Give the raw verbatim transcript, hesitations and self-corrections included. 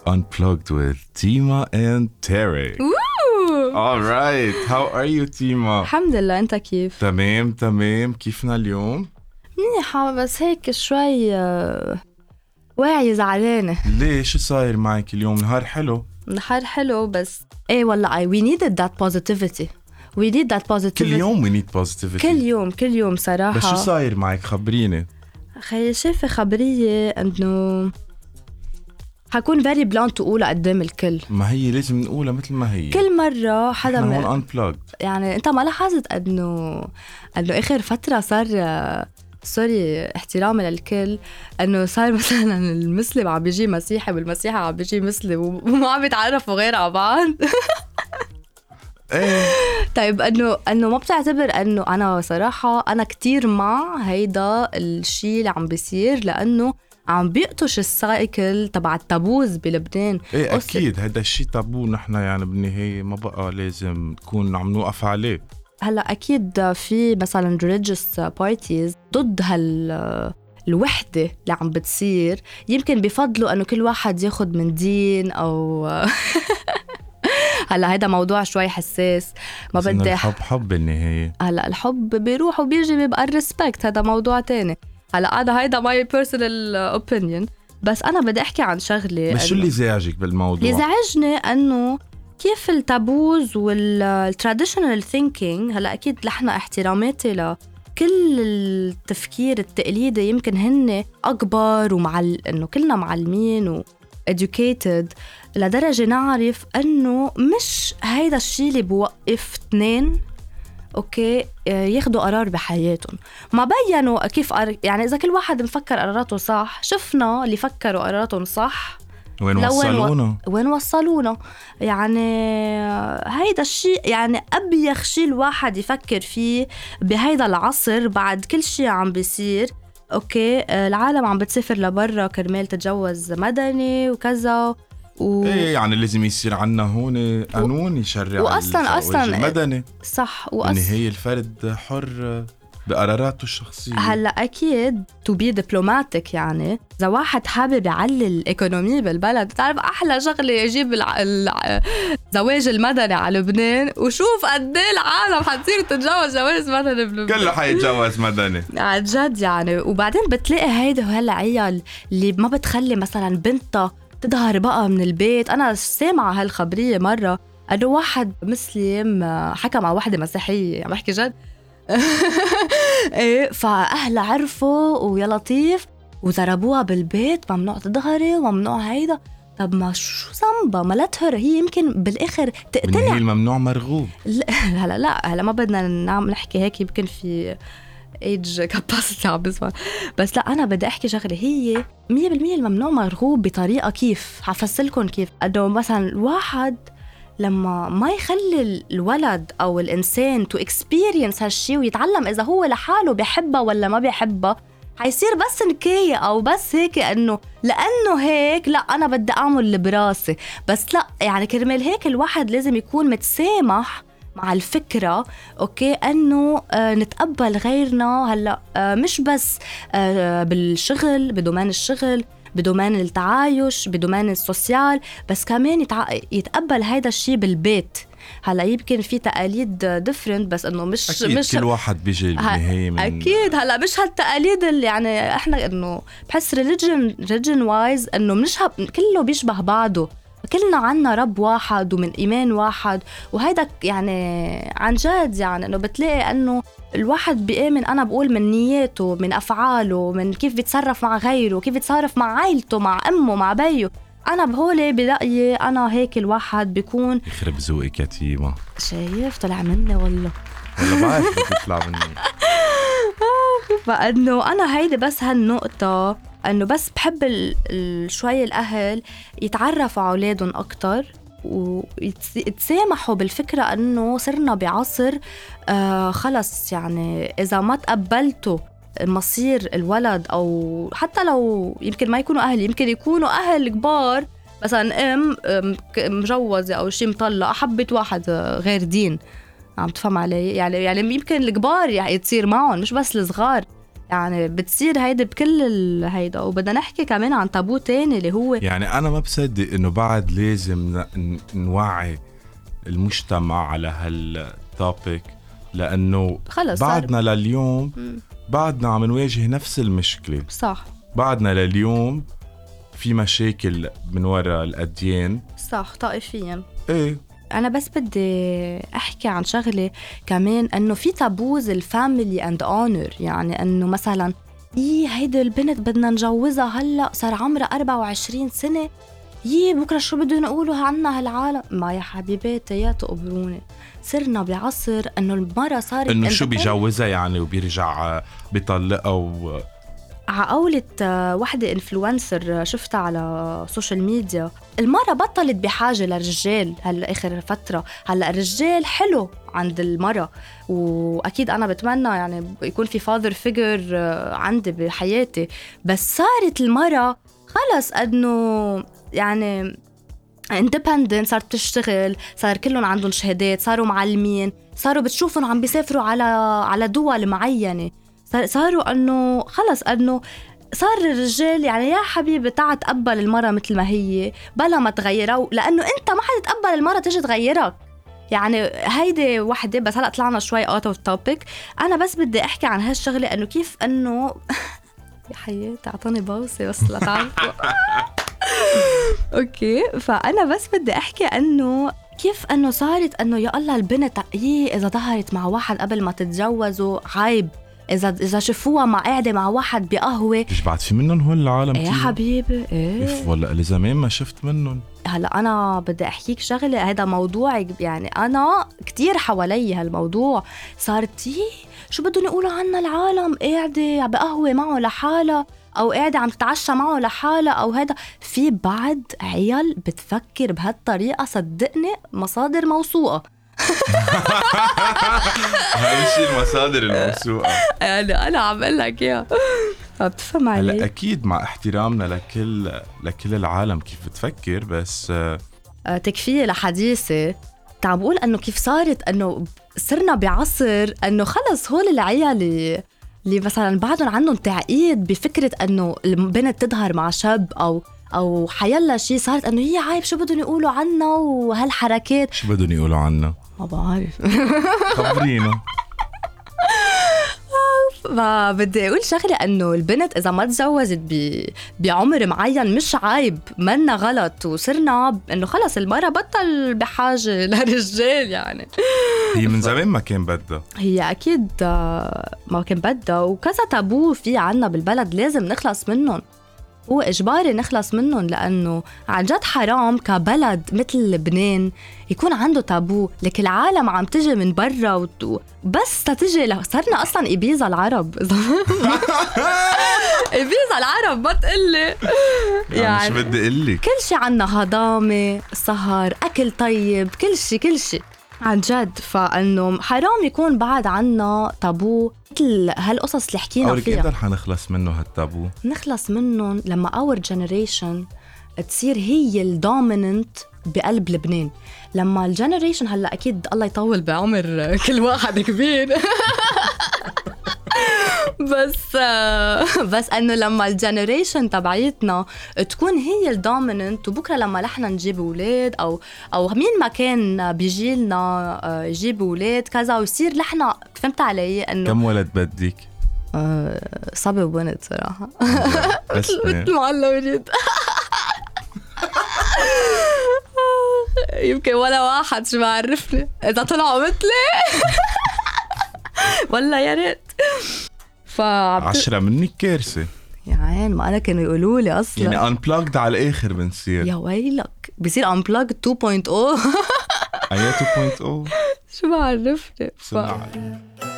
Unplugged with Tima and Terry. Woo! All right. How are you, Tima? الحمد لله. أنت كيف؟ تمام تمام. كيفنا اليوم؟ منيحة بس هيك شوي آه، واعي زعلانة. ليش؟ شو صاير معك اليوم؟ نهار حلو. نهار حلو بس إيه والله I we needed that positivity. We need that positivity. كل يوم we need positivity. كل يوم كل يوم صراحة. بس شو صاير معك؟ خبريني. خي شايفة خبرية إنه حكون very blunt تقولها قدام الكل. ما هي لازم نقولها مثل ما هي. كل مرة حدا من من هون unplugged. يعني أنت ما لاحظت إنه إنه آخر فترة صار سوري احترامي للكل إنه صار مثلا المسلم عم بيجي مسيحي والمسيحي عم بيجي مسلم وما عم بيتعرفوا غير على بعض. ايه طيب انه انه ما بتعتبر انه انا صراحه انا كتير مع هيدا الشيء اللي عم بيصير لانه عم بيقطش السايكل تبع التابوز بلبنان. ايه اكيد هذا الشيء تابو. نحن يعني بالنهايه ما بقى لازم نكون عم نوقف عليه. هلا اكيد في مثلا religious parties ضد هال الوحدة اللي عم بتصير. يمكن بيفضلوا انه كل واحد ياخد من دين او هلا هيدا موضوع شوي حساس ما بدي. الحب حب بالنهاية. هلا الحب بيروح وبيجي بيبقى الريسبكت هذا موضوع تاني. هلا أنا هيدا my personal opinion بس أنا بدي أحكي عن شغلة. بس شو اللي زعجك بالموضوع؟ اللي زعجني أنه كيف التابوز والتراديشنال ثينكينج. هلا أكيد لحنا احتراماتي لكل التفكير التقليدي يمكن هن أكبر ومع إنه كلنا معلمين و educated لدرجة نعرف أنه مش هيدا الشيء اللي بوقف اثنين أوكي ياخدوا قرار بحياتهم. ما بيّنوا كيف قر... يعني إذا كل واحد مفكر قراراته صح شفنا اللي فكروا قراراتهم صح وين وصلونا و... وين وصلونا. يعني هيدا الشيء يعني أبيخ شيء الواحد يفكر فيه بهيدا العصر بعد كل شيء عم بيصير. اوكي العالم عم بتسافر لبرا كرمال تتجوز مدني وكذا و... ايه يعني لازم يصير عنا هون قانون يشرع واصلا اصلا المدني صح. واصلا بالنهاية الفرد حر بقراراته الشخصية. هلا اكيد تو بي دبلوماتيك. يعني اذا واحد حابب يعلي الايكونومي بالبلد بتعرف احلى شغله يجيب الع... الع... زواج المدني على لبنان وشوف قد ايه العالم حتصير تتجوز جواز مدني بلبنان. كله حيتجوز مدني عن جد يعني. وبعدين بتلاقي هيدا هلا عيال اللي ما بتخلي مثلا بنتها تظهر بقى من البيت. انا سامعه هالخبريه مره انه واحد مسلم حكى مع واحده مسيحيه عم بحكي جد. ايه فاهلها عرفوا ويا لطيف وضربوها بالبيت ممنوع تظهري وممنوع هيدا. طب ما شو ذنبها؟ ما لا تهر هي يمكن بالاخر تقتنع. هي الممنوع مرغوب. هلا لا هلا ما بدنا نعم نحكي هيك يمكن في age capacity عم بسمع. بس لا أنا بدي أحكي شغلة هي مية بالمية الممنوع مرغوب بطريقة. كيف حفصلكن كيف أنه مثلا الواحد لما ما يخلي الولد أو الإنسان to experience هالشي ويتعلم إذا هو لحاله بيحبها ولا ما بيحبها حيصير بس نكاية أو بس هيك أنه لأنه هيك لا أنا بدي أعمل اللي براسي. بس لا يعني كرمال هيك الواحد لازم يكون متسامح مع الفكرة أوكي أنه آه نتقبل غيرنا. هلأ آه مش بس آه بالشغل بدومان الشغل بدومان التعايش بدومان السوسيال بس كمان يتع... يتقبل هيدا الشيء بالبيت. هلا يمكن في تقاليد ديفرنت بس انه مش أكيد مش كل واحد بيجي بالنهاية من اكيد. هلا مش هالتقاليد اللي يعني احنا انه بحس ريليجن ريليجن وايز انه بنشبه كله بيشبه بعضه. كلنا عنا رب واحد ومن إيمان واحد وهيدا يعني عن جد يعني أنه بتلاقي أنه الواحد بيآمن. أنا بقول من نياته من أفعاله من كيف بيتصرف مع غيره كيف بيتصرف مع عائلته مع أمه مع بيه. أنا بهولي برأيي أنا هيك الواحد بيكون يخرب ذوقك يا تيما. شايف طلع مني والله والله بعرف بتطلع مني. فأنه أنا هيدي بس هالنقطة أنه بس بحب شوي الأهل يتعرفوا على أولادهم أكتر ويتسامحوا بالفكرة أنه صرنا بعصر آه خلص. يعني إذا ما تقبلتوا مصير الولد أو حتى لو يمكن ما يكونوا أهل يمكن يكونوا أهل كبار مثلا أم مجوزة أو شي مطلقة حبت واحد غير دين عم تفهم علي يعني يعني يمكن الكبار يعني تصير معهم مش بس الصغار. يعني بتصير هيدا بكل ال- هيدا. وبدنا نحكي كمان عن تابو تاني اللي هو يعني أنا ما بصدق إنه بعد لازم ن- نوعي المجتمع على هالتوبيك، لأنه خلص صار- بعدنا لليوم مم. بعدنا عم نواجه نفس المشكلة. صح بعدنا لليوم في مشاكل من وراء الأديان. صح طائفيا. إيه أنا بس بدي أحكي عن شغلة كمان، أنه في تابوز الفاميلي أند أونر. يعني أنه مثلا يي هيدا البنت بدنا نجوزها هلأ صار عمرها أربعة وعشرين سنة، يي بكرة شو بدهم يقولوا عنا هالعالم. ما يا حبيباتي يا تقبروني، صرنا بعصر أنه المرة صارت إنه شو independent. بيجوزها يعني وبيرجع بيطلقها و... عقولة وحدة إنفلونسر شفتها على سوشيال ميديا، المرة بطلت بحاجة للرجال هلا آخر فترة. هلا الرجال حلو عند المرة، وأكيد أنا بتمنى يعني يكون في فاذر فيجر عندي بحياتي، بس صارت المرة خلص أنه يعني independent، صارت تشتغل، صار كلهم عندهم شهادات، صاروا معلمين، صاروا بتشوفهم عم بيسافروا على على دول معينة، صاروا أنه خلص أنه صار الرجال يعني يا حبيبي تعا تقبل المرة مثل ما هي بلا ما تغيرها، لأنه أنت ما حد تقبل المرة تجي تغيرك. يعني هيدي وحدة. بس هلأ طلعنا شوي out of topic. أنا بس بدي أحكي عن هالشغلة أنه كيف أنه يا حياتي أعطاني باوسة بس لا تعرفوا أوكي. فأنا بس بدي أحكي أنه كيف أنه صارت أنه يا الله البنت هي إذا ظهرت مع واحد قبل ما تتجوزوا عيب، إذا إذا شافوها مع قاعدة مع واحد بقهوة. مش بعد في منهم هول العالم إيه يا حبيبي إيه كيف والله اللي زمان ما شفت منهم. هلا أنا بدي أحكيك شغلة، هذا موضوع يعني أنا كتير حوالي هالموضوع. صارت إيه شو بدهم يقولوا عنا العالم قاعدة بقهوة معه لحالة أو قاعدة عم تتعشى معه لحالة أو هذا. في بعض عيال بتفكر بهالطريقة، صدقني مصادر موثوقة. أهم شيء المصادر الموثوقة. يعني أنا عم أقول لك يا بتفهم علي. هلا أكيد مع احترامنا لكل لكل العالم كيف بتفكر، بس تكفيه لحديثي تعم بقول أنه كيف صارت أنه صرنا بعصر أنه خلص هول العيال اللي, اللي مثلا بعدهم عندهم تعقيد بفكرة أنه البنت تظهر مع شاب أو أو حيلا شيء، صارت أنه هي عيب شو بدهم يقولوا عنا وهالحركات. شو بدهم يقولوا عنا؟ ما بعرف خبرينا. فبدي أقول شغلة أنه البنت إذا ما تزوجت ب... بعمر معين مش عيب، منا غلط. وصرنا أنه خلص المرة بطل بحاجة للرجال. يعني هي من زمان ما كان بدها، هي أكيد ما كان بدها، وكذا تابو في عنا بالبلد لازم نخلص منهم، هو إجباري نخلص منهم. لأنه عن جد حرام كبلد مثل لبنان يكون عنده تابو. لك العالم عم تجي من برا وت... بس تتجي له. صرنا أصلا إبيزا العرب. إبيزا العرب ما تقلي يعني شو بدي قلك، كل شي عنا هضامة، سهر، أكل طيب، كل شي كل شي عن جد. فأنه حرام يكون بعد عنا تابو مثل هالقصص اللي حكينا أولك فيها. إمتى رح نخلص منه هالتابو؟ نخلص منهم لما our generation تصير هي الدوميننت بقلب لبنان. لما الجنريشن هلا أكيد الله يطول بعمر كل واحد كبير بس بس انه لما الجنريشن تبعيتنا تكون هي الدوميننت، وبكره لما نحن نجيب اولاد او او مين ما كان بيجيلنا يجيب اولاد كذا ويصير نحن، فهمت علي انه كم ولد بدك؟ أه صبي وبنت صراحه بس مثل ما الله وريد يمكن ولا واحد شو بعرفني اذا طلعوا مثلي والله يا ريت. عشرة منك كارثة يا عين، ما أنا كانوا يقولوا لي أصلا يعني unplugged على الآخر بنصير. يا ويلك بصير unplugged تو بوينت أو أيه تو بوينت أو شو بعرفني. ف...